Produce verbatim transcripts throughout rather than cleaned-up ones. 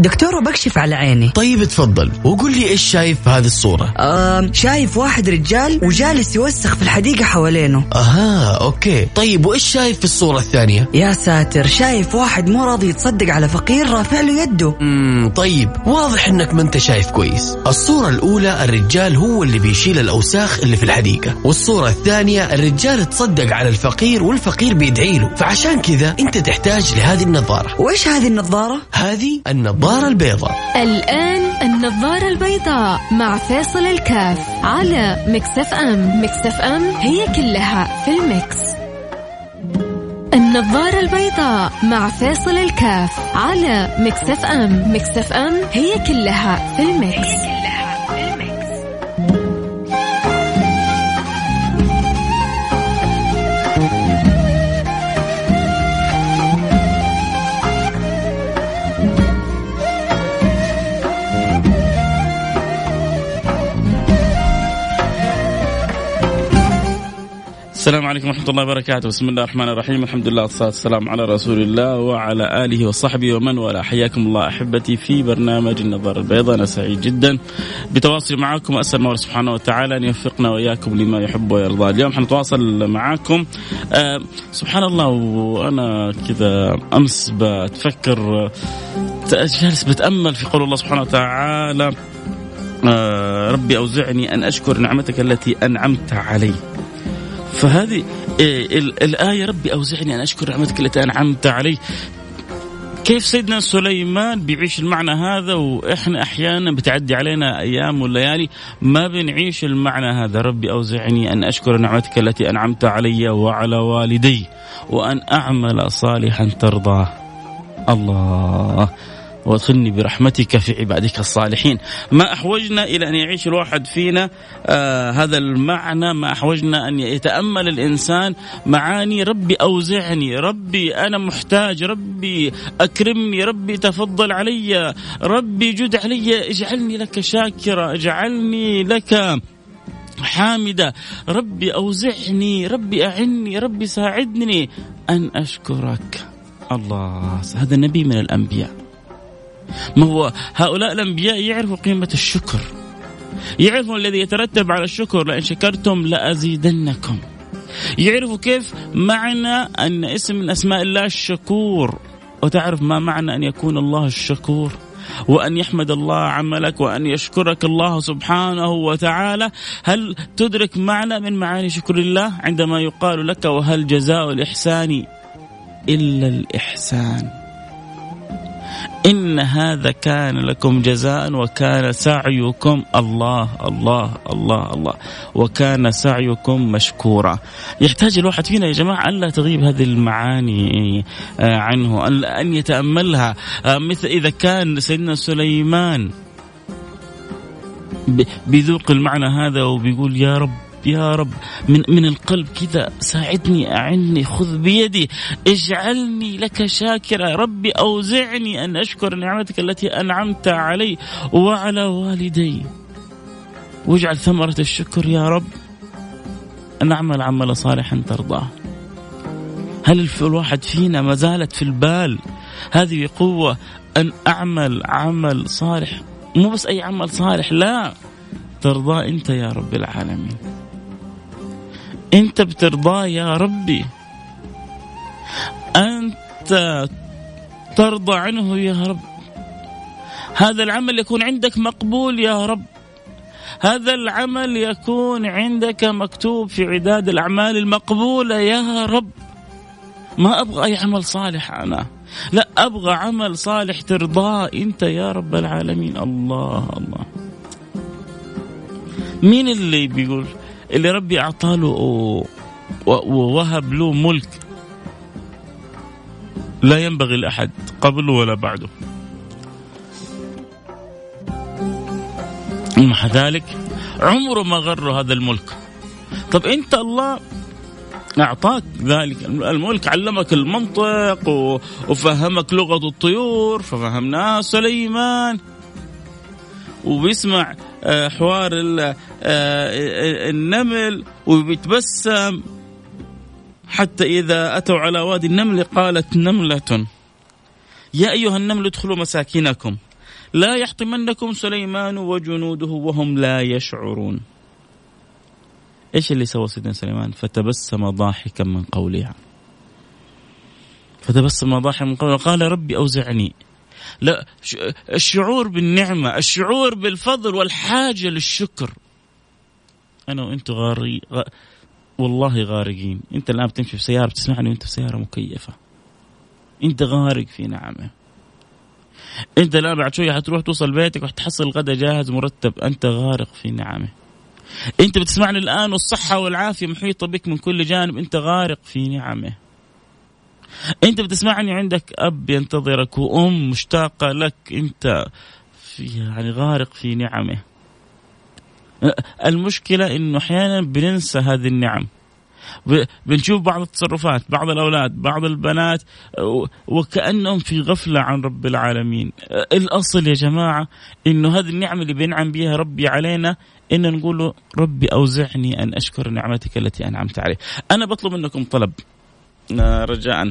دكتورة بكشف على عيني. طيب تفضل وقول لي إيش شايف في هذه الصورة؟ آه شايف واحد رجال وجالس يوسخ في الحديقة حوالينه. أها أوكي. طيب وإيش شايف في الصورة الثانية؟ يا ساتر، شايف واحد مو راضي يتصدق على فقير رافع له يده. امم طيب واضح إنك ما أنت شايف كويس. الصورة الأولى الرجال هو اللي بيشيل الأوساخ اللي في الحديقة، والصورة الثانية الرجال تصدق على الفقير والفقير بيدعي له، فعشان كذا أنت تحتاج لهذه النظارة. وإيش هذه النظارة؟ هذه النظارة البيضاء. الآن النظارة البيضاء مع فيصل الكاف على ميكس اف ام. ميكس اف ام هي كلها في الميكس. النظارة البيضاء مع فيصل الكاف على ميكس اف ام. ميكس اف ام هي كلها في الميكس. السلام عليكم ورحمة الله وبركاته. بسم الله الرحمن الرحيم. الحمد لله والصلاة والسلام على رسول الله وعلى آله وصحبه ومن والاه. حياكم الله أحبتي في برنامج النظارة البيضاء. أنا سعيد جدا بتواصل معكم، أسأل الله سبحانه وتعالى أن يوفقنا وإياكم لما يحب ويرضى. اليوم حنتواصل معكم آه سبحان الله، وأنا كذا أمس بتفكر جالس بتأمل في قول الله سبحانه وتعالى آه ربي أوزعني أن أشكر نعمتك التي أنعمت علي. فهذه الآية ربي أوزعني أن أشكر نعمتك التي أنعمت علي. كيف سيدنا سليمان بيعيش المعنى هذا وإحنا أحيانا بتعدي علينا أيام والليالي ما بنعيش المعنى هذا. ربي أوزعني أن أشكر نعمتك التي أنعمت علي وعلى والدي وأن أعمل صالحا ترضاه. الله، وادخلني برحمتك في عبادك الصالحين. ما أحوجنا إلى أن يعيش الواحد فينا آه هذا المعنى، ما أحوجنا أن يتأمل الإنسان معاني ربي أوزعني، ربي أنا محتاج، ربي أكرمني، ربي تفضل علي، ربي جد علي، اجعلني لك شاكرة، اجعلني لك حامدة، ربي أوزعني، ربي أعني، ربي ساعدني أن أشكرك. الله، هذا النبي من الأنبياء. ما هو هؤلاء الأنبياء يعرفوا قيمة الشكر، يعرفوا الذي يترتب على الشكر، لأن شكرتم لأزيدنكم. يعرفوا كيف معنى أن اسم من أسماء الله الشكور، وتعرف ما معنى أن يكون الله الشكور وأن يحمد الله عملك وأن يشكرك الله سبحانه وتعالى. هل تدرك معنى من معاني شكر الله عندما يقال لك وهل جزاء الإحسان إلا الإحسان؟ إن هذا كان لكم جزاء وكان سعيكم الله الله الله الله وكان سعيكم مشكورا. يحتاج الواحد فينا يا جماعة ألا تغيب هذه المعاني عنه، أن يتأملها. مثل إذا كان سيدنا سليمان بذوق المعنى هذا وبيقول يا رب يا رب من من القلب كذا، ساعدني، أعني، خذ بيدي، اجعلني لك شاكرا، ربي أوزعني أن أشكر نعمتك التي أنعمت علي وعلى والدي، واجعل ثمرة الشكر يا رب أن أعمل عمل صالحا ترضاه. هل الواحد فينا ما زالت في البال هذه قوة أن أعمل عمل صالح، مو بس أي عمل صالح، لا، ترضى أنت يا رب العالمين، أنت بترضى يا ربي، أنت ترضى عنه يا رب، هذا العمل يكون عندك مقبول يا رب، هذا العمل يكون عندك مكتوب في عداد الأعمال المقبولة يا رب. ما أبغى أي عمل صالح أنا، لا، أبغى عمل صالح ترضاه أنت يا رب العالمين. الله الله. مين اللي بيقول اللي ربي أعطاله ووهب له ملك لا ينبغي لأحد قبله ولا بعده، ومع ذلك عمره ما غره هذا الملك؟ طب أنت الله أعطاك ذلك الملك، علمك المنطق وفهمك لغة الطيور، ففهمناه سليمان، وبيسمع حوار النمل وبيتبسم، حتى إذا أتوا على وادي النمل قالت نملة يا أيها النمل ادخلوا مساكنكم لا يحطمنكم سليمان وجنوده وهم لا يشعرون. إيش اللي سوى سيدنا سليمان؟ فتبسم ضاحكا من قولها، فتبسم ضاحكا من قولها قال ربي أوزعني. لا، الشعور بالنعمة، الشعور بالفضل والحاجة للشكر. أنا وأنت غاري غ... والله غارقين. أنت الآن بتمشي في سيارة بتسمعني وأنت في سيارة مكيفة، أنت غارق في نعمة. أنت الآن بعد شوية حتروح توصل بيتك وحتحصل الغداء جاهز مرتب، أنت غارق في نعمة. أنت بتسمعني الآن والصحة والعافية محيطة بك من كل جانب، أنت غارق في نعمة. أنت بتسمعني عندك أب ينتظرك وأم مشتاقة لك، أنت في يعني غارق في نعمة. المشكلة إنه أحيانا بننسى هذه النعم، بنشوف بعض التصرفات، بعض الأولاد، بعض البنات وكأنهم في غفلة عن رب العالمين. الأصل يا جماعة إنه هذه النعمة اللي بينعم بها ربي علينا إن نقول ربي أوزعني أن أشكر نعمتك التي أنعمت علي. أنا بطلب منكم طلب رجاء،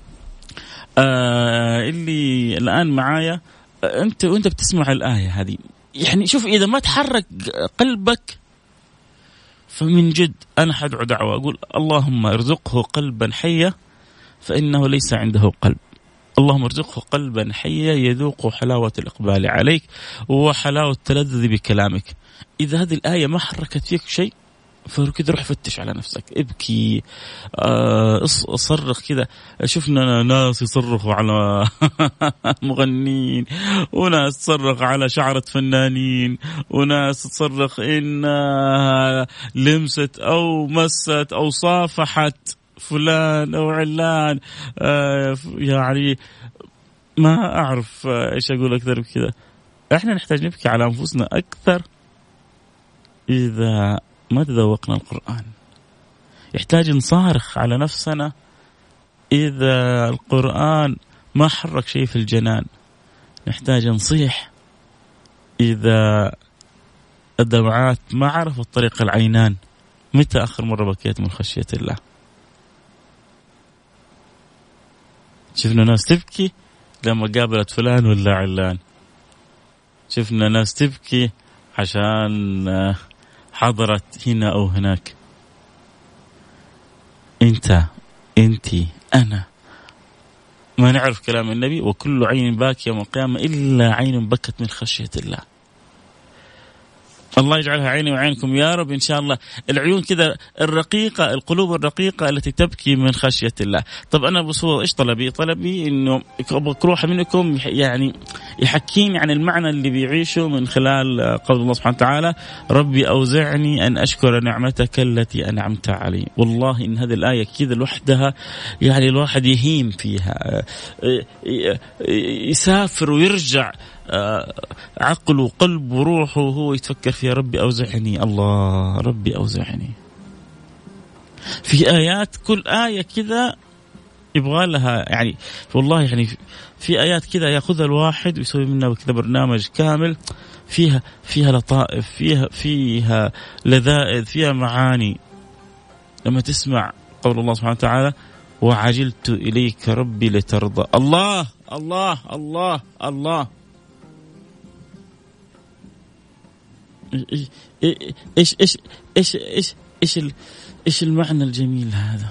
آه اللي الآن معايا أنت وأنت بتسمع الآية هذه، يعني شوف إذا ما تحرك قلبك فمن جد أنا حدعو دعوة أقول اللهم ارزقه قلبا حيا فإنه ليس عنده قلب. اللهم ارزقه قلبا حيا يذوق حلاوة الإقبال عليك وحلاوة التلذذ بكلامك. إذا هذه الآية ما حركت فيك شيء فكذا روح فتش على نفسك، ابكي، آه، صرخ كذا. شفنا ناس يصرخوا على مغنين، وناس تصرخ على شعرة فنانين، وناس تصرخ إنها لمست أو مست أو صافحت فلان أو علان. آه، يعني ما أعرف إيش أقول أكثر بكذا. إحنا نحتاج نبكي على أنفسنا أكثر إذا ما تذوقنا القرآن. يحتاج نصارخ على نفسنا إذا القرآن ما حرك شيء في الجنان. نحتاج نصيح إذا الدمعات ما عرفت طريق العينان. متى آخر مرة بكيت من خشية الله؟ شفنا ناس تبكي لما قابلت فلان ولا علان، شفنا ناس تبكي عشان حضرت هنا أو هناك. أنت أنتي أنا ما نعرف كلام النبي وكل عين باكية يوم القيامة إلا عين بكت من خشية الله. الله يجعلها عيني وعينكم يا رب إن شاء الله. العيون كذا الرقيقة، القلوب الرقيقة التي تبكي من خشية الله. طب أنا بصور إيش طلبي؟ طلبي إنه كل واحد منكم يعني يحكيني عن المعنى اللي بيعيشه من خلال قول الله سبحانه وتعالى ربي أوزعني أن أشكر نعمتك التي أنعمت علي. والله إن هذه الآية كذا لوحدها يعني الواحد يهيم فيها، يسافر ويرجع عقله وقلبه وروحه وهو يتفكر فيها ربي أوزعني. الله ربي أوزعني. في آيات كل آية كذا يبغى لها يعني والله يعني في آيات كذا يأخذها الواحد ويسوي منها كذا برنامج كامل فيها فيها لطائف، فيها فيها لذائذ، فيها معاني. لما تسمع قول الله سبحانه وتعالى وعجلت إليك ربي لترضى. الله الله الله الله. إيش إيش إيش إيش إيش إيش المعنى الجميل هذا؟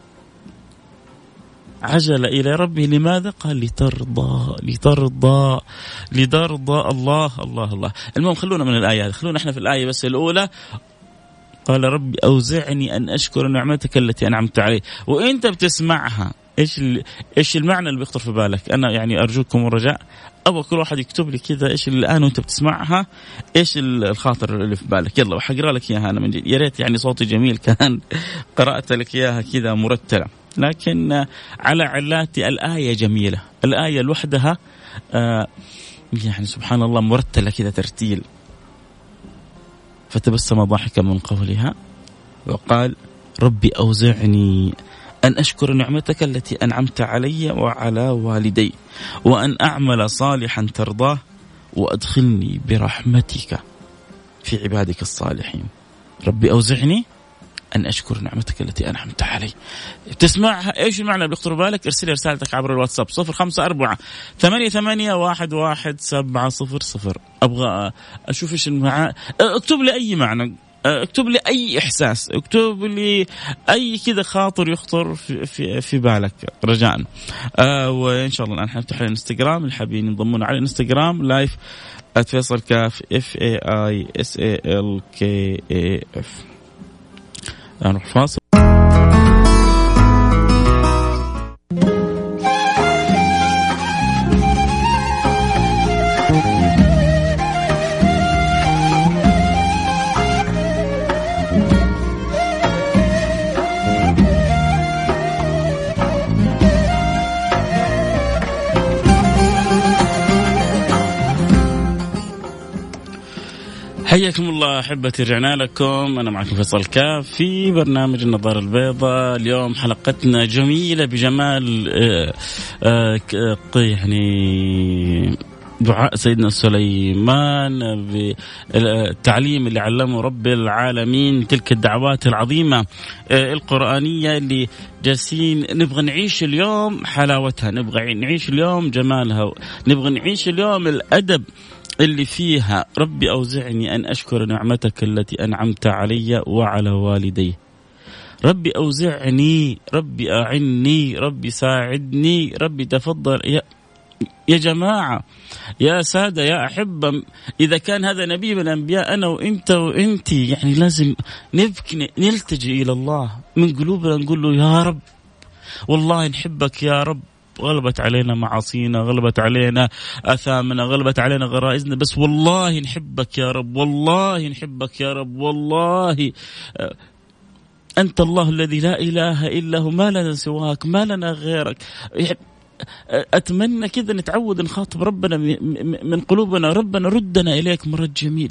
عجل إلى ربه لماذا؟ قال لترضى لترضى لترضى. الله الله الله. المهم خلونا من الآية، خلونا إحنا في الآية بس الأولى. قال ربي أوزعني أن أشكر نعمتك التي أنعمت علي. وإنت بتسمعها إيش إيش المعنى اللي بيخطر في بالك؟ أنا يعني أرجوكم الرجاء أبغى كل واحد يكتب لي كذا إيش اللي الآن وأنت بتسمعها إيش الخاطر اللي في بالك. يلا وحقرأ لك إياها أنا من جد. يا ريت يعني صوتي جميل كان قرأت لك إياها كذا مرتلة، لكن على علاتي الآية جميلة. الآية لوحدها آه يعني سبحان الله مرتلة كذا ترتيل. فتبسم ضاحكا من قولها وقال ربي أوزعني أن أشكر نعمتك التي أنعمت علي وعلى والدي وأن أعمل صالحا ترضاه وأدخلني برحمتك في عبادك الصالحين. ربي أوزعني أن أشكر نعمتك التي أنعمت علي. تسمعها إيش المعنى بيخطر بالك؟ ارسل رسالتك عبر الواتساب صفر خمسة أربعة ثمانية ثمانية واحد واحد سبعة صفر صفر. أبغى أشوف إيش المعنى. اكتب لي أي معنى، اكتب لي أي إحساس، اكتب لي أي كذا خاطر يخطر في, في, في بالك رجاء. آه وإن شاء الله الآن حنفتح الانستغرام، اللي حابين ينضمون على الانستغرام لايف @فيصل كاف اف اي اي اس اي ال كي اي اف. نروح فاصل. حياكم الله أحبتي، رجعنا لكم. أنا معكم فيصل كاف في برنامج النظارة البيضاء. اليوم حلقتنا جميلة بجمال آه آه يعني دعاء سيدنا سليمان، بالتعليم اللي علمه رب العالمين، تلك الدعوات العظيمة آه القرآنية اللي جالسين نبغى نعيش اليوم حلاوتها، نبغى نعيش اليوم جمالها، نبغى نعيش اليوم الأدب اللي فيها. ربي أوزعني أن أشكر نعمتك التي أنعمت علي وعلى والدي. ربي أوزعني، ربي أعني، ربي ساعدني، ربي تفضل. يا, يا جماعة، يا سادة، يا أحبة، إذا كان هذا نبي من الأنبياء، أنا وإنت وإنتي، يعني لازم نبكي نلتجئ إلى الله من قلوبنا، نقول له يا رب والله نحبك يا رب. غلبت علينا معاصينا، غلبت علينا آثامنا، غلبت علينا غرائزنا، بس والله نحبك يا رب، والله نحبك يا رب، والله أنت الله الذي لا إله إلا هو، ما لنا سواك، ما لنا غيرك. أتمنى كذا نتعود نخاطب ربنا من قلوبنا، ربنا ردنا إليك مرد جميل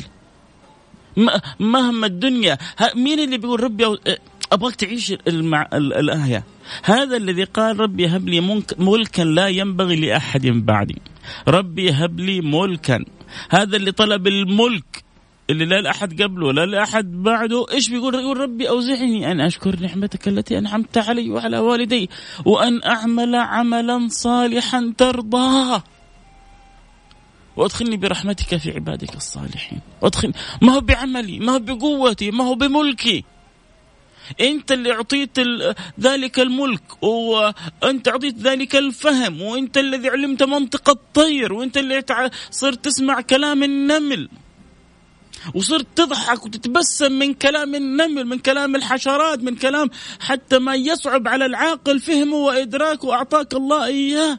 مهما الدنيا. مين اللي بيقول ربي أبغاك تعيش المع... الآية؟ هذا الذي قال ربي هب لي ملكا لا ينبغي لأحد بعدي، ربي هب لي ملكا. هذا اللي طلب الملك اللي لا لأحد قبله ولا لأحد بعده، إيش بيقول؟ يقول ربي أوزعني أن أشكر نعمتك التي أنعمت علي وعلى والدي وأن أعمل عملا صالحا ترضاه وأدخلني برحمتك في عبادك الصالحين. وأدخل ما هو بعملي، ما هو بقوتي، ما هو بملكي، أنت اللي أعطيت ذلك الملك، وأنت أعطيت ذلك الفهم، وأنت الذي علمت منطق الطير، وأنت اللي صرت تسمع كلام النمل، وصرت تضحك وتتبسم من كلام النمل، من كلام الحشرات، من كلام حتى ما يصعب على العاقل فهمه وإدراكه، وأعطاك الله إياه.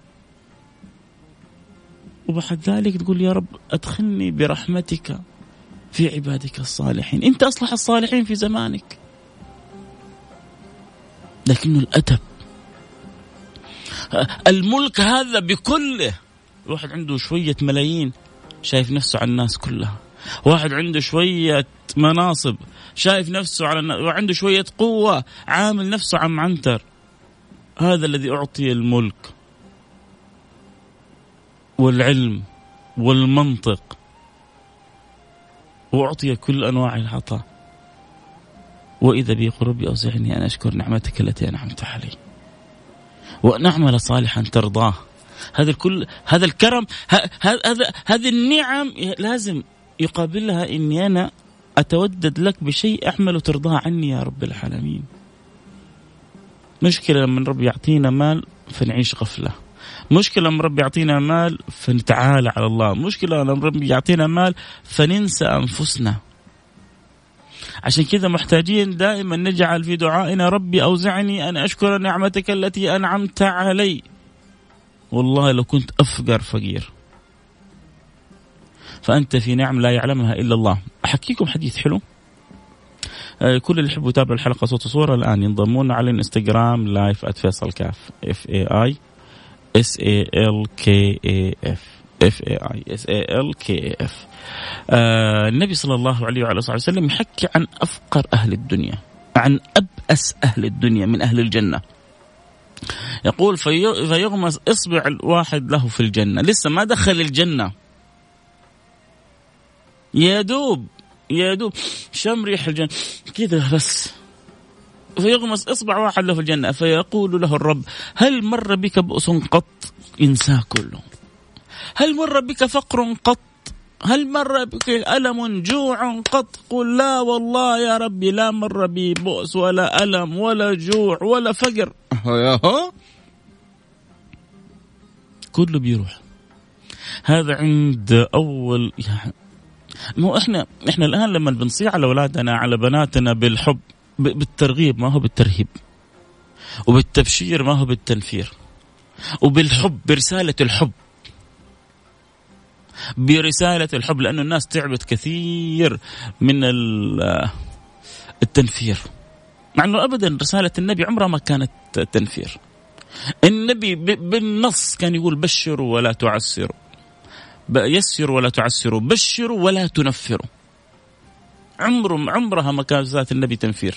وبعد ذلك تقول يا رب أدخلني برحمتك في عبادك الصالحين. أنت أصلح الصالحين في زمانك. لكنه الأدب، الملك هذا بكله. واحد عنده شوية ملايين شايف نفسه على الناس كلها، واحد عنده شوية مناصب شايف نفسه على الناس، وعنده شوية قوة عامل نفسه عم عنتر. هذا الذي أعطي الملك والعلم والمنطق، وأعطي كل أنواع العطاء. وإذا بي ربي أوزعني أن أشكر نعمتك التي أنعمت علي وأن أعمل صالحا ترضاه. هذا الكل، هذا الكرم، هذا هذه النعم لازم يقابلها إني أنا أتودد لك بشيء أعمل ترضاه عني يا رب العالمين. مشكلة لما ربي يعطينا مال فنعيش غفلة، مشكلة لما ربي يعطينا مال فنتعالى على الله، مشكلة لما ربي يعطينا مال فننسى أنفسنا. عشان كذا محتاجين دائما نجعل في دعائنا ربي أوزعني أن أشكر نعمتك التي أنعمت علي. والله لو كنت أفقر فقير فأنت في نعم لا يعلمها إلا الله. أحكيكم حديث حلو. كل اللي يحبوا يتابعوا الحلقة صوت وصورة الآن ينضمون على الانستغرام لايف @فيصل كاف اف اي اي اس اي ال كي اي اف اف اي اي اس اي ال كي اف. النبي صلى الله عليه وعلى اله وسلم يحكي عن أفقر أهل الدنيا، عن أبأس أهل الدنيا من أهل الجنة. يقول في فيغمس إصبع الواحد له في الجنة، لسه ما دخل الجنة، يا دوب يا دوب شم ريح الجنة كذا بس فيغمس إصبع واحد له في الجنة، فيقول له الرب هل مر بك بؤس قط؟ ينساه كله. هل مر بك فقر قط؟ هل مر بك ألم جوع قط؟ قل لا والله يا ربي لا مر بي بؤس ولا ألم ولا جوع ولا فقر. كله بيروح. هذا عند أول يعني مو إحنا إحنا الآن لما بنصيع على أولادنا على بناتنا بالحب بالترغيب ما هو بالترهيب، وبالتبشير ما هو بالتنفير، وبالحب برسالة الحب برسالة الحب، لأنه الناس تعبت كثير من التنفير، مع أنه أبدا رسالة النبي عمرها ما كانت تنفير. النبي بالنص كان يقول بشروا ولا تعسروا، يسروا ولا تعسروا، بشروا ولا تنفروا. عمره عمرها ما كانت ذات النبي تنفير.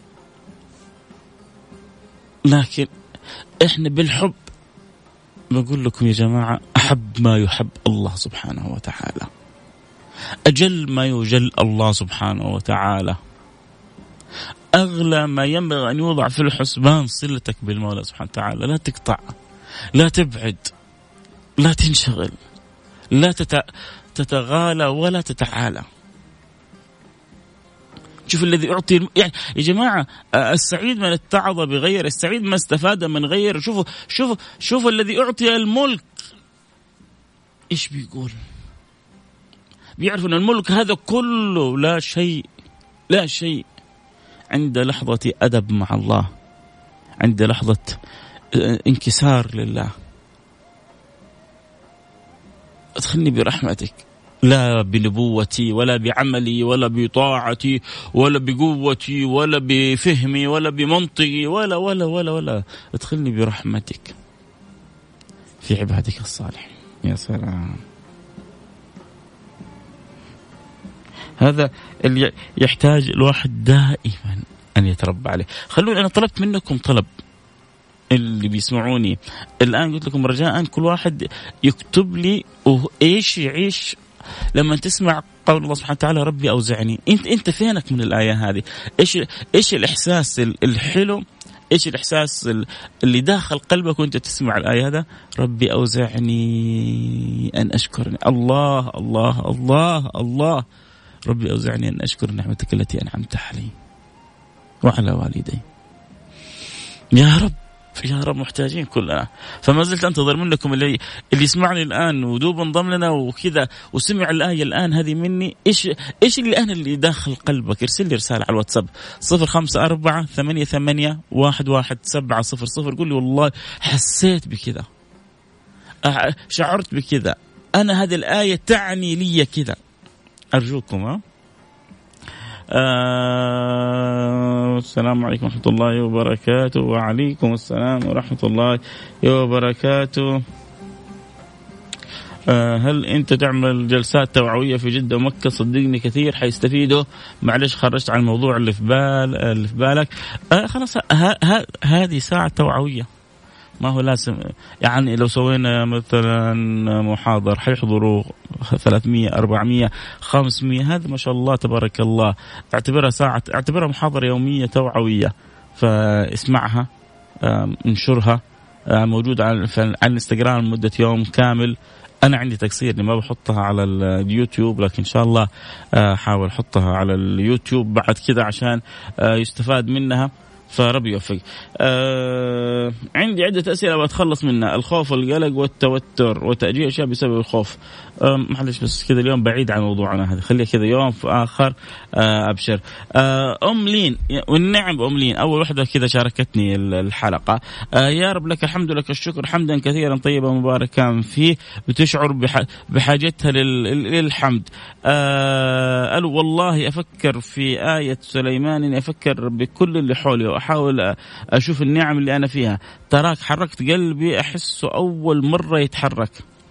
لكن إحنا بالحب بقول لكم يا جماعة أحب ما يحب الله سبحانه وتعالى، أجل ما يجل الله سبحانه وتعالى، أغلى ما ينبغي أن يوضع في الحسبان صلتك بالمولى سبحانه وتعالى. لا تقطع، لا تبعد، لا تنشغل، لا تتغالى ولا تتعالى. شوف الذي أعطي يعني يا جماعة، السعيد من اتعظ بغير، السعيد ما استفاد من غير. شوفوا شوفوا شوفوا الذي أعطي الملك إيش بيقول؟ بيعرف أن الملك هذا كله لا شيء لا شيء عند لحظة أدب مع الله، عند لحظة انكسار لله. ادخلني برحمتك، لا بنبوتي ولا بعملي ولا بطاعتي ولا بقوتي ولا بفهمي ولا بمنطقي ولا ولا ولا ولا ادخلني برحمتك في عبادك الصالحين. يا سلام، هذا اللي يحتاج الواحد دائما أن يتربى عليه. خلوني أنا طلبت منكم طلب اللي بيسمعوني الآن، قلت لكم رجاء كل واحد يكتب لي إيش يعيش لما تسمع قول الله سبحانه وتعالى ربي أوزعني. أنت أنت فينك من الآية هذه؟ إيش إيش الإحساس الحلو، إيش الإحساس اللي داخل قلبك وأنت تسمع الآية هذا ربي أوزعني أن أشكرني. الله الله الله الله ربي أوزعني أن أشكر نعمتك التي أنعمت علي وعلى والدي. يا رب يا رب محتاجين كلنا. فما زلت أنتظر منكم اللي اللي يسمعني الآن ودوب انضم لنا وكذا وسمع الآية الآن هذه مني، إيش إيش اللي أنا اللي داخل قلبك؟ ارسل لي رسالة على الواتساب صفر خمسة أربعة ثمانية ثمانية واحد واحد سبعة صفر صفر. قول لي والله حسيت بكذا، شعرت بكذا، أنا هذه الآية تعني لي كذا. أرجوكم ها. آه السلام عليكم ورحمة الله وبركاته. وعليكم السلام ورحمة الله وبركاته. آه هل أنت تعمل جلسات توعوية في جدة ومكة؟ صدقني كثير حيستفيدوا. معلش خرجت عن الموضوع اللي في بال اللي في بالك. آه خلاص هذه ساعة توعوية، ما هو لازم يعني لو سوينا مثلا محاضر حيحضروا ثلاثمية أربعمية خمسمية، هذا ما شاء الله تبارك الله. اعتبرها ساعة، اعتبرها محاضرة يومية توعوية، فاسمعها انشرها، موجود على الانستغرام لمدة يوم كامل. أنا عندي تقصير إني ما بحطها على اليوتيوب، لكن إن شاء الله حاول أحطها على اليوتيوب بعد كذا عشان يستفاد منها، فربي يوفق. آه عندي عدة أسئلة بتخلص منها. الخوف والقلق والتوتر وتأجيل أشياء بسبب الخوف. آه معلش بس كذا اليوم بعيد عن موضوعنا هذا، خليه كذا يوم في آخر. آه أبشر. آه أم لين والنعم أم لين أول واحدة كذا شاركتني الحلقة. آه يا رب لك الحمد لك الشكر حمدا كثيرا طيبا مباركا فيه، بتشعر بح بحاجتها للحمد. آه قالوا والله أفكر في آية سليمان إني أفكر بكل اللي حولي وأحاول أشوف النعم اللي أنا فيها. تراك حركت قلبي أحسه أول مرة يتحرك،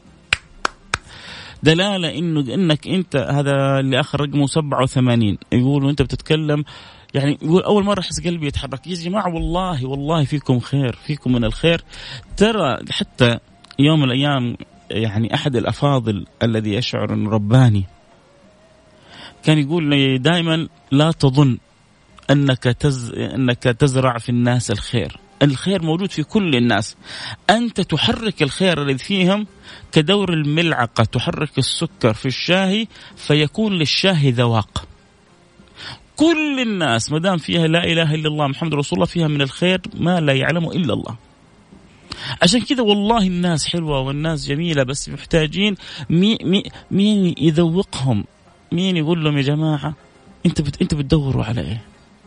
دلالة إنه إنك أنت هذا اللي آخر رقمه سبعة وثمانين يقول وأنت بتتكلم، يعني يقول أول مرة أحس قلبي يتحرك. يا جماعة والله والله فيكم خير، فيكم من الخير. ترى حتى يوم من الأيام يعني أحد الأفاضل الذي يشعر أنه رباني كان يقول لي دائما لا تظن أنك تز... أنك تزرع في الناس الخير. الخير موجود في كل الناس، أنت تحرك الخير الذي فيهم كدور الملعقة تحرك السكر في الشاي فيكون للشاي ذواق. كل الناس مدام فيها لا إله إلا الله محمد رسول الله فيها من الخير ما لا يعلمه إلا الله. عشان كذا والله الناس حلوة والناس جميلة، بس محتاجين مي مي مين يذوقهم، مين يقول لهم يا جماعة انت بت انت بتدوروا على ايه؟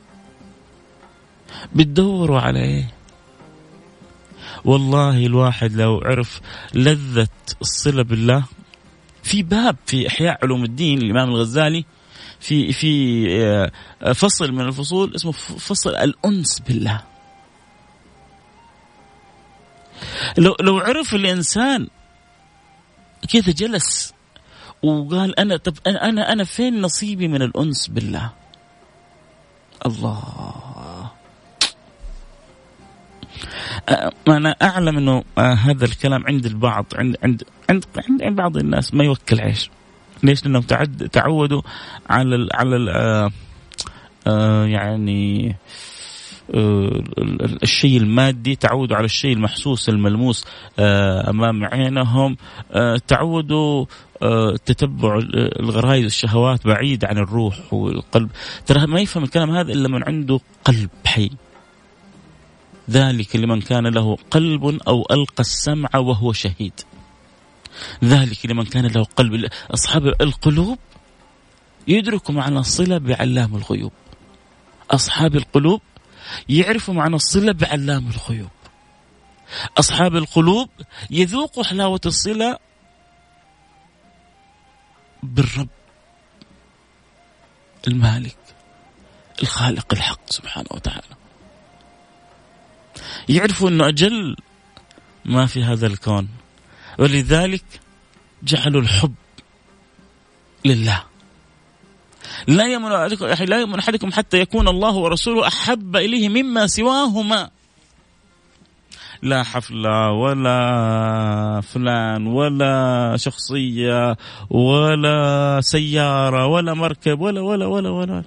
بتدوروا على ايه؟ والله الواحد لو عرف لذة الصلة بالله، في باب في إحياء علوم الدين الإمام الغزالي في في فصل من الفصول اسمه فصل الأنس بالله. لو لو عرف الإنسان كذا جلس وقال أنا طب أنا أنا فين نصيبي من الأنس بالله؟ الله، أنا أعلم إنه هذا الكلام عند البعض عند عند عند عند بعض الناس ما يوكل عيش. ليش؟ لأنهم تعد تعودوا على ال على ال آه آه يعني آه الشيء المادي، تعودوا على الشيء المحسوس الملموس آه أمام عينهم، آه تعودوا آه تتبع الغرائز والشهوات بعيد عن الروح والقلب. ترى ما يفهم الكلام هذا إلا من عنده قلب حي. ذلك لمن كان له قلب أو ألقى السمع وهو شهيد. ذلك لمن كان له قلب. أصحاب القلوب يدركوا معنى الصلة بعلام الغيوب. أصحاب القلوب يعرفوا معنى الصلة بعلام الغيوب. أصحاب القلوب يذوقوا حلاوة الصلة بالرب المالك الخالق الحق سبحانه وتعالى. يعرفوا أنه أجل ما في هذا الكون، ولذلك جعلوا الحب لله. لا يؤمن أحدكم حتى يكون الله ورسوله أحب إليه مما سواهما. لا حفلة ولا فلان ولا شخصية ولا سيارة ولا مركب ولا ولا ولا ولا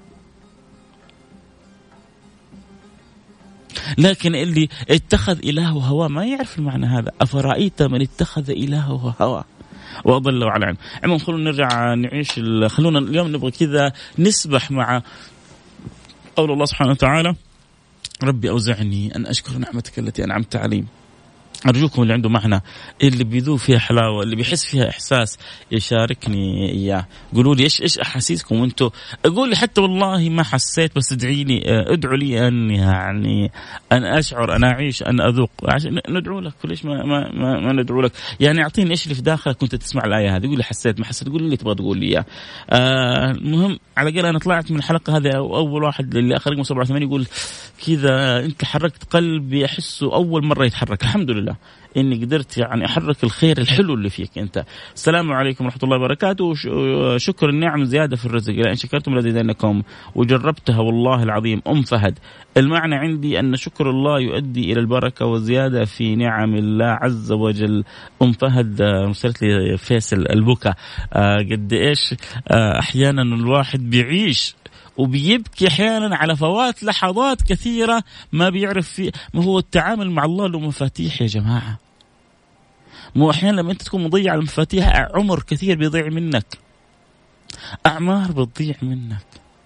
لكن اللي اتخذ إلهه هواه ما يعرف المعنى هذا. أفرأيت من اتخذ إلهه هواه وأضله على علم. عموما خلونا نرجع نعيش، خلونا اليوم نبغى كذا نسبح مع قول الله سبحانه وتعالى: ربي أوزعني أن أشكر نعمتك التي أنعمت علي. أرجوكم اللي عنده معنى، اللي بيذوق فيها حلاوة، اللي بيحس فيها إحساس يشاركني إياه. قولوا لي إيش إيش أحاسيسكم وأنتوا. أقول لي حتى والله ما حسيت، بس ادعي لي، ادعوا لي أن يعني أن أشعر، أن أعيش، أن أذوق. عشان ندعو لك. ليش ما ما ما, ما ندعو لك؟ يعني أعطيني إيش اللي في داخلك كنت تسمع الآية هذه. يقول لي حسيت، ما حسيت، قول لي تبغى تقول لي إياه. المهم على الأقل أنا طلعت من الحلقة هذه أول واحد اللي آخر رقم سبعة وثمانين يقول كذا أنت حركت قلبي أحسه أول مرة يتحرك. الحمد لله إني قدرت يعني أحرك الخير الحلو اللي فيك أنت. السلام عليكم ورحمة الله وبركاته. شكر النعم زيادة في الرزق، لأن شكرتم لزيدنكم وجربتها والله العظيم. أم فهد: المعنى عندي أن شكر الله يؤدي إلى البركة وزيادة في نعم الله عز وجل. أم فهد مرسلت لي فيصل البكا. قد إيش أحيانا الواحد بيعيش وبيبكي أحيانا على فوات لحظات كثيرة ما بيعرف فيه. ما هو التعامل مع الله له مفاتيح يا جماعة. مو أحيانا لما أنت تكون مضيع على المفاتيح عمر كثير بيضيع منك، أعمار بتضيع منك.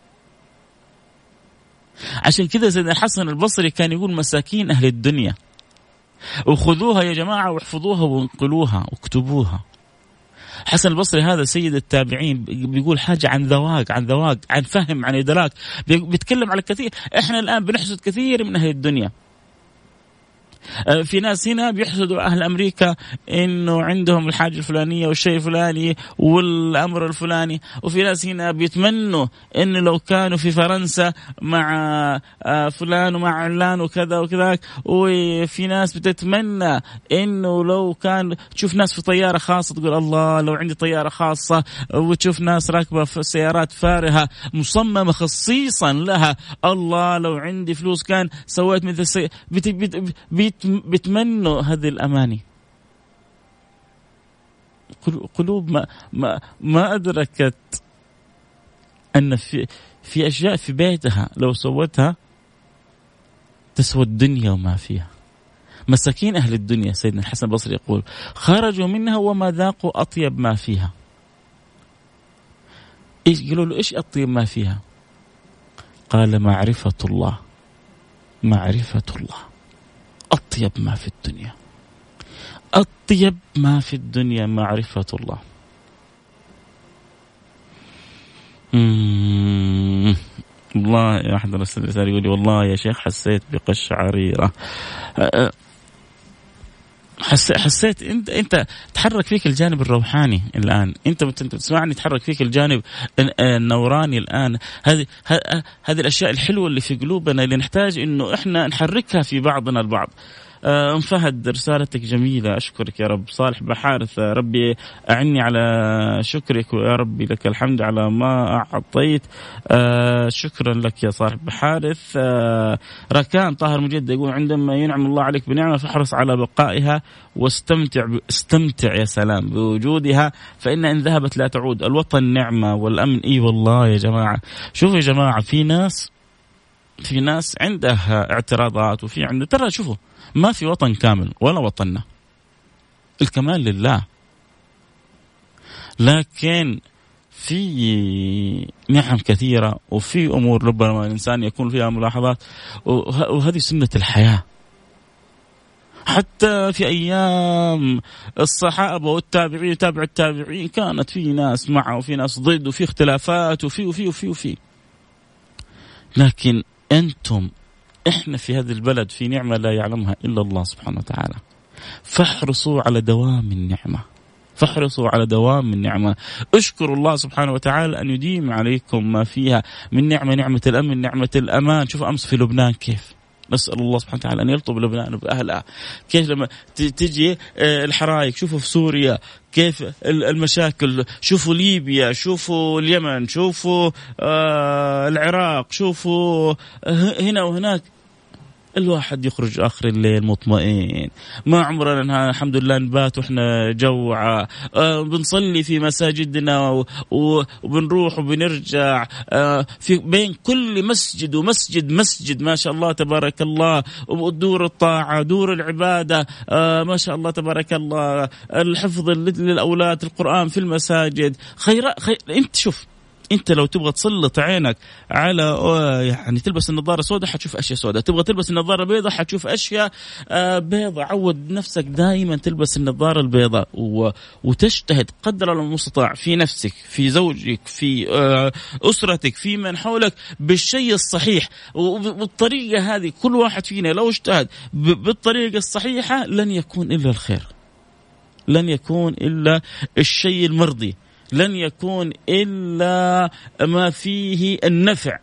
عشان كذا سيدنا الحسن البصري كان يقول: مساكين أهل الدنيا وخذوها يا جماعة واحفظوها وانقلوها واكتبوها. حسن البصري هذا سيد التابعين بيقول حاجة عن ذواق، عن ذواق، عن فهم، عن إدراك. بيتكلم على كثير. إحنا الآن بنحسد كثير من أهل الدنيا. في ناس هنا بيحسدوا أهل أمريكا إنه عندهم الحاجة الفلانية والشيء الفلاني والأمر الفلاني، وفي ناس هنا بيتمنوا إنه لو كانوا في فرنسا مع فلان ومع علان وكذا وكذا، وفي ناس بتتمنى إنه لو كان تشوف ناس في طيارة خاصة تقول الله لو عندي طيارة خاصة، وتشوف ناس راكبة في سيارات فارهة مصممة خصيصا لها، الله لو عندي فلوس كان سويت مثل السي... بت... بت... بت... بتمنوا هذه الأماني. قلوب ما ما ما أدركت أن في في أشياء في بيتها لو سوتها تسوى الدنيا وما فيها. مساكين أهل الدنيا سيدنا الحسن البصري يقول خرجوا منها وما ذاقوا أطيب ما فيها. إيش قالوا له إيش أطيب ما فيها؟ قال معرفة الله. معرفة الله أطيب ما في الدنيا. أطيب ما في الدنيا معرفة الله. مم. والله أحد الرسائل يقول لي والله يا شيخ حسيت بقشعريرة. حسيت انت انت تحرك فيك الجانب الروحاني الان. انت انت بتسمعني تحرك فيك الجانب النوراني الان. هذه هذه الاشياء الحلوه اللي في قلوبنا اللي نحتاج انه احنا نحركها في بعضنا البعض. أم فهد رسالتك جميلة، أشكرك يا رب. صالح بحارث ربي أعني على شكرك ويا ربي لك الحمد على ما أعطيت. أه شكرا لك يا صالح بحارث. أه ركان طاهر مجد يقول عندما ينعم الله عليك بنعمة فاحرص على بقائها واستمتع استمتع يا سلام بوجودها فإن إن ذهبت لا تعود. الوطن نعمة والأمن. إي والله يا جماعة، شوفوا يا جماعة، في ناس في ناس عندها اعتراضات وفي عنده ترى شوفوا ما في وطن كامل ولا وطننا، الكمال لله، لكن في نعم كثيرة وفي أمور ربما الإنسان يكون فيها ملاحظات، وهذه سنة الحياة. حتى في أيام الصحابة والتابعين وتابع التابعين كانت في ناس معه وفي ناس ضد وفي اختلافات وفي وفي وفي وفي لكن أنتم إحنا في هذا البلد في نعمة لا يعلمها إلا الله سبحانه وتعالى. فاحرصوا على دوام النعمة، فاحرصوا على دوام النعمة. اشكروا الله سبحانه وتعالى أن يديم عليكم ما فيها من نعمة، نعمة الأمن، نعمة الأمان. شوف أمس في لبنان كيف، نسأل الله سبحانه وتعالى أن يلطف لبنان بأهلها. كيف لما تجي الحرائق، شوفوا في سوريا كيف المشاكل، شوفوا ليبيا، شوفوا اليمن، شوفوا العراق، شوفوا هنا وهناك. الواحد يخرج آخر الليل مطمئن، ما عمرنا الحمد لله نبات وإحنا جوعة. آه بنصلي في مساجدنا وبنروح وبنرجع آه في بين كل مسجد ومسجد مسجد ما شاء الله تبارك الله، ودور الطاعة دور العبادة آه ما شاء الله تبارك الله، الحفظ للأولاد، القرآن في المساجد، خير, خير. أنت شوف، انت لو تبغى تسلط عينك على يعني تلبس النظاره سوداء حتشوف اشياء سوداء، تبغى تلبس النظاره بيضاء حتشوف اشياء بيضاء. عود نفسك دائما تلبس النظاره البيضاء وتجتهد قدر المستطاع في نفسك، في زوجك، في اسرتك، في من حولك بالشيء الصحيح. وبالطريقه هذه كل واحد فينا لو اجتهد بالطريقه الصحيحه لن يكون الا الخير، لن يكون الا الشيء المرضي، لن يكون إلا ما فيه النفع.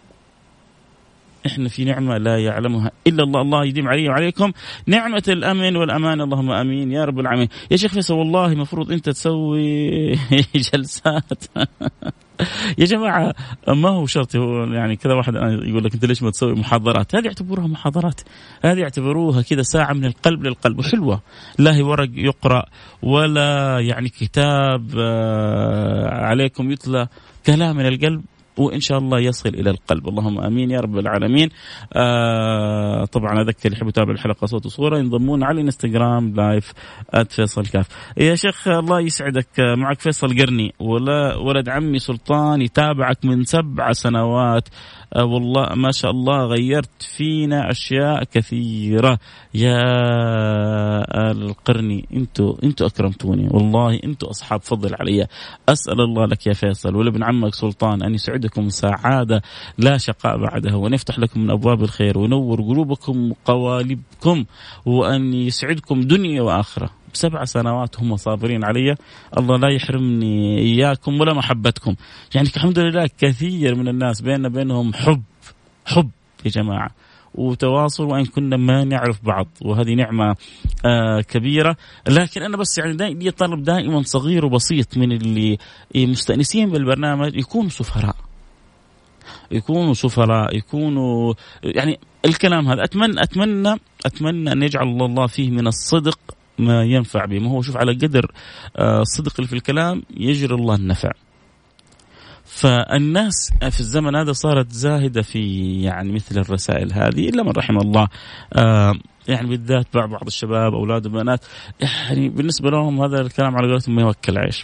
إحنا في نعمة لا يعلمها إلا الله. الله يديم علي وعليكم نعمة الأمن والأمان، اللهم أمين يا رب العالمين. يا شيخ فيصل والله مفروض أنت تسوي جلسات يا جماعة، ما هو شرط يعني كذا واحد يقول لك أنت ليش ما تسوي محاضرات. هذه يعتبروها محاضرات، هذه يعتبروها كذا ساعة من القلب للقلب وحلوة، لا هي ورق يقرأ ولا يعني كتاب عليكم يتلى، كلام من القلب وإن شاء الله يصل إلى القلب، اللهم آمين يا رب العالمين. آه طبعا أذكر اللي يحب يتابع الحلقة صوت وصورة ينضمون على الانستغرام لايف آت فيصل كاف. يا شيخ الله يسعدك، معك فيصل قرني ولا ولد عمي سلطان يتابعك من سبع سنوات. آه والله ما شاء الله غيرت فينا أشياء كثيرة يا آل القرني، انتوا انتوا أكرمتوني والله، انتوا أصحاب فضل علي. أسأل الله لك يا فيصل ولابن عمك سلطان أن يسعدكم سعادة لا شقاء بعدها، وأن يفتح لكم من أبواب الخير وينور قلوبكم وقوالبكم، وأن يسعدكم دنيا وآخرة. بسبع سنوات هم صابرين علي، الله لا يحرمني إياكم ولا محبتكم. يعني الحمد لله كثير من الناس بيننا بينهم حب حب يا جماعة وتواصل، وإن كنا ما نعرف بعض، وهذه نعمة آه كبيرة. لكن أنا بس يعني دائما طلب دائما صغير وبسيط من اللي مستأنسين بالبرنامج يكونوا سفراء، يكونوا سفراء يكونوا يعني الكلام هذا أتمنى أتمنى أتمنى أن يجعل الله فيه من الصدق ما ينفع به. ما هو شوف على قدر الصدق اللي في الكلام يجري الله النفع. فالناس في الزمن هذا صارت زاهدة في يعني مثل الرسائل هذه إلا من رحم الله. آه يعني بالذات بعض الشباب أولاد وبنات يعني بالنسبة لهم هذا الكلام على قولتهم ما يوكل عيش.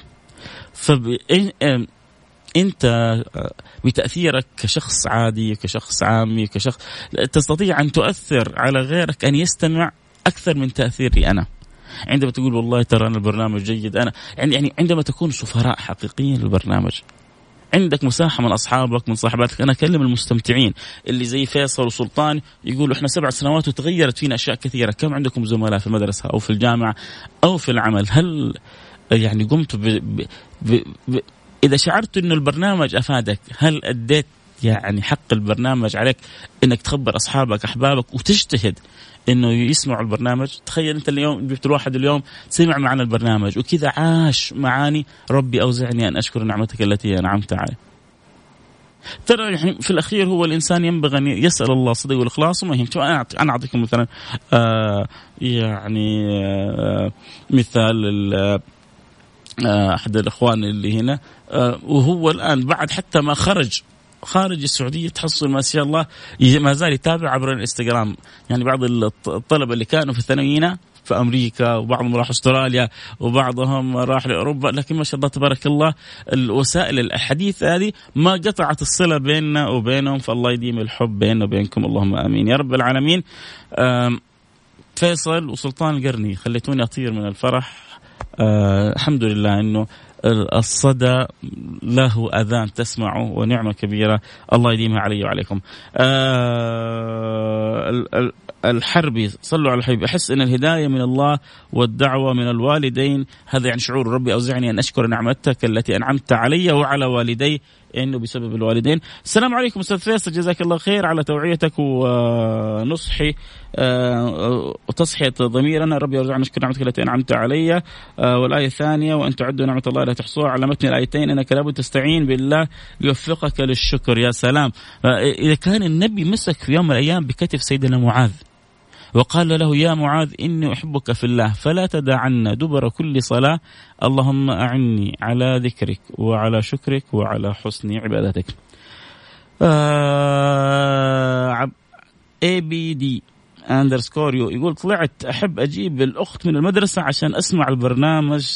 فأنت بتأثيرك كشخص عادي كشخص عامي كشخص تستطيع أن تؤثر على غيرك أن يستمع أكثر من تأثيري أنا. عندما تقول والله ترى أنا البرنامج جيد أنا يعني يعني عندما تكون سفراء حقيقيين للبرنامج عندك مساحة من أصحابك من صاحباتك. أنا أكلم المستمتعين اللي زي فيصل وسلطان يقولوا إحنا سبع سنوات وتغيرت فينا أشياء كثيرة. كم عندكم زملاء في المدرسة أو في الجامعة أو في العمل؟ هل يعني قمت ب... ب... ب... ب... إذا شعرت إنه البرنامج أفادك هل أديت يعني حق البرنامج عليك إنك تخبر أصحابك أحبابك وتجتهد إنه يسمعوا البرنامج؟ تخيل أنت اليوم جبت الواحد اليوم سمع معنا البرنامج وكذا عاش معاني ربي أوزعني أن أشكر نعمتك التي أنعمت عليه. ترى يعني في الأخير هو الإنسان ينبغي أن يسأل الله الصدق والإخلاص وما يهم. أنا أنا أعطيكم مثلا آه يعني آه مثال آه أحد الأخوان اللي هنا آه وهو الآن بعد حتى ما خرج خارج السعودية تحصل ما شاء الله ما زال يتابع عبر الانستغرام. يعني بعض الطلبة اللي كانوا في الثانويين في أمريكا وبعضهم راح أستراليا وبعضهم راح لأوروبا لكن ما شاء الله تبارك الله الوسائل الحديث هذه ما قطعت الصلة بيننا وبينهم. فالله يديم الحب بيننا وبينكم اللهم آمين يا رب العالمين. فيصل وسلطان القرني خليتوني أطير من الفرح. أه الحمد لله إنه الصدى له أذان تسمعه ونعمة كبيرة الله يديمها علي وعليكم. أه الحربي صلوا على الحبيب أحس أن الهداية من الله والدعوة من الوالدين. هذا يعني شعور ربي أوزعني أن أشكر نعمتك التي أنعمت علي وعلى والدي إنه بسبب الوالدين. السلام عليكم أستاذ فيصل جزاك الله خير على توعيتك ونصحي وتصحية ضميرنا. ربي أوزعني أن أشكر نعمتك التي أنعمت علي. والآية الثانية وأن تعدوا نعمة الله لا تحصوها علمتني الآيتين أنك لابد تستعين بالله ليوفقك للشكر. يا سلام إذا كان النبي مسك في يوم من الأيام بكتف سيدنا معاذ وقال له يا معاذ إني أحبك في الله فلا تدعنا دبر كل صلاة اللهم أعني على ذكرك وعلى شكرك وعلى حسن عبادتك. آه اي بي دي اندرسكوريو يقول طلعت أحب أجيب الأخت من المدرسة عشان أسمع البرنامج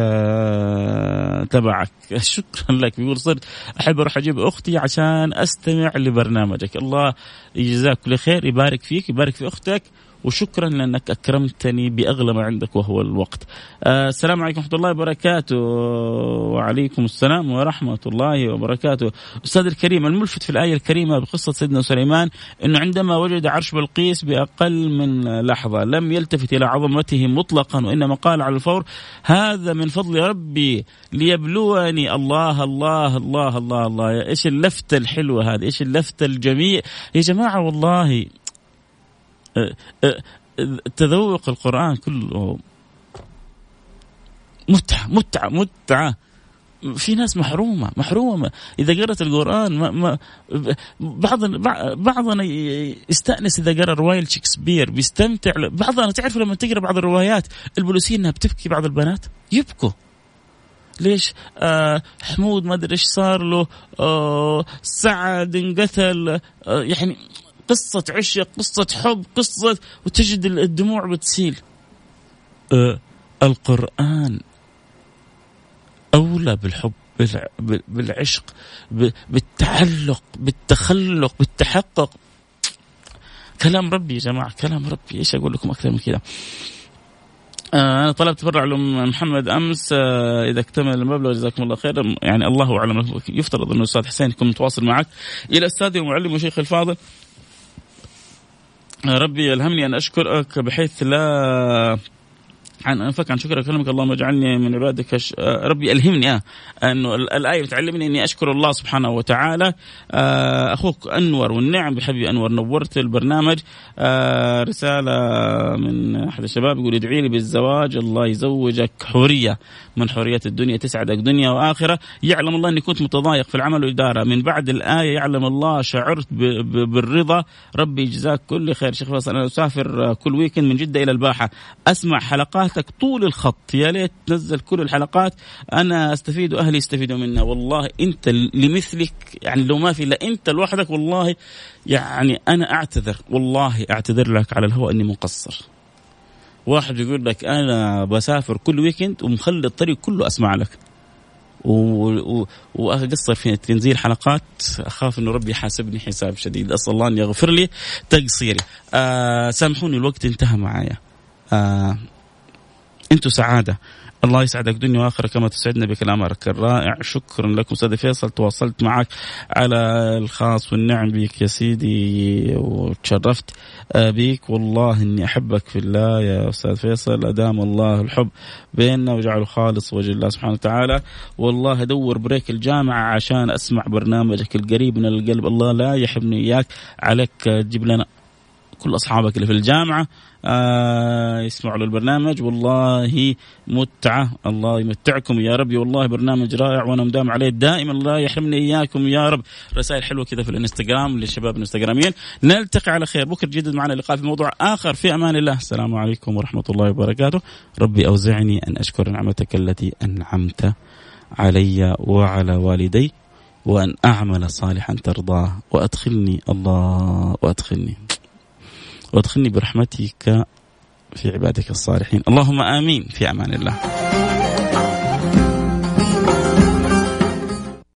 تبعك. شكرا لك. بيقول صرت أحب أروح أجيب أختي عشان أستمع لبرنامجك. الله يجزاك كل خير يبارك فيك يبارك في أختك وشكرا لأنك أكرمتني بأغلى ما عندك وهو الوقت. آه السلام عليكم ورحمة الله وبركاته. وعليكم السلام ورحمة الله وبركاته. أستاذ الكريم الملفت في الآية الكريمة بقصة سيدنا سليمان أنه عندما وجد عرش بلقيس بأقل من لحظة لم يلتفت إلى عظمته مطلقا وإنما قال على الفور هذا من فضل ربي ليبلوني. الله الله الله الله الله إيش اللفتة الحلوة هذه إيش اللفتة الجميل يا جماعة. والله تذوق القرآن كله متعة متعة متعة. في ناس محرومة محرومة إذا قرأت القرآن ما ما بعض بعضنا يستأنس إذا قرأ رواية شكسبير بيستمتع. بعضنا تعرف لما تقرأ بعض الروايات البوليسية إنها بتبكي بعض البنات يبكوا ليش؟ آه حمود ما أدري إيش صار له آه سعد انقتل آه يعني قصة عشق قصة حب قصة وتجد الدموع بتسيل. آه القرآن أولى بالحب بالعشق بالتعلق بالتخلق بالتحقق. كلام ربي يا جماعة كلام ربي. إيش أقول لكم أكثر من كذا. أنا طلبت تبرع لأم محمد أمس إذا اكتمل المبلغ جزاكم الله خير. يعني الله أعلم يفترض أن الأستاذ حسين يكون متواصل معك. إلى أستاذي ومعلم وشيخ الفاضل ربي يلهمني أن أشكرك بحيث لا عن أنفك عن شكرك كلامك اللهم اجعلني من عبادك. ربي ألهمني آه أنه الآية بتعلمني أني أشكر الله سبحانه وتعالى. آه أخوك أنور والنعم بحبيبي أنور نورت البرنامج. آه رسالة من أحد الشباب يقول ادعي لي بالزواج الله يزوجك حورية من حورية الدنيا تسعدك دنيا وآخرة. يعلم الله أني كنت متضايق في العمل والإدارة من بعد الآية يعلم الله شعرت بالرضا. ربي يجزاك كل خير. شيخ فيصل أنا أسافر كل ويكند من جدة إلى الباحة أسمع حلقات حلقاتك طول الخط، يا ليت تنزل كل الحلقات، أنا أستفيد وأهلي يستفيدوا منها. والله أنت لمثلك، يعني لو ما في إلا أنت لوحدك، والله يعني أنا أعتذر، والله أعتذر لك على الهواء أني مقصر. واحد يقول لك أنا بسافر كل ويكند ومخلي الطريق كله أسمع لك، وأقصر في تنزيل حلقات، أخاف أنه ربي يحاسبني حساب شديد. أسأل الله أن يغفر لي تقصيري. آه سامحوني الوقت انتهى معايا. آه أنتوا سعادة، الله يسعدك دنيا وآخرة كما تسعدنا بكلامك الرائع. شكرا لكم أستاذ فيصل، تواصلت معك على الخاص والنعم بك يا سيدي، وتشرفت بك. والله إني أحبك في الله يا أستاذ فيصل، أدام الله الحب بيننا وجعله خالص وجه الله سبحانه وتعالى. والله أدور بريك الجامعة عشان أسمع برنامجك القريب من القلب. الله لا يحبني إياك، عليك تجيب لنا كل أصحابك اللي في الجامعة آه يسمعوا له البرنامج. والله متعة، الله يمتعكم يا رب. والله برنامج رائع وأنا مدام عليه دائما، الله يحرمني إياكم يا رب. رسائل حلوة كذا في الانستغرام للشباب الانستغراميين. نلتقي على خير بكرة جديد معنا لقاء في موضوع آخر. في أمان الله، السلام عليكم ورحمة الله وبركاته. ربي أوزعني أن أشكر نعمتك التي أنعمت علي وعلى والدي، وأن أعمل صالحا ترضاه، وأدخلني الله وأدخلني وادخلني برحمتك في عبادك الصالحين. اللهم آمين. في أمان الله.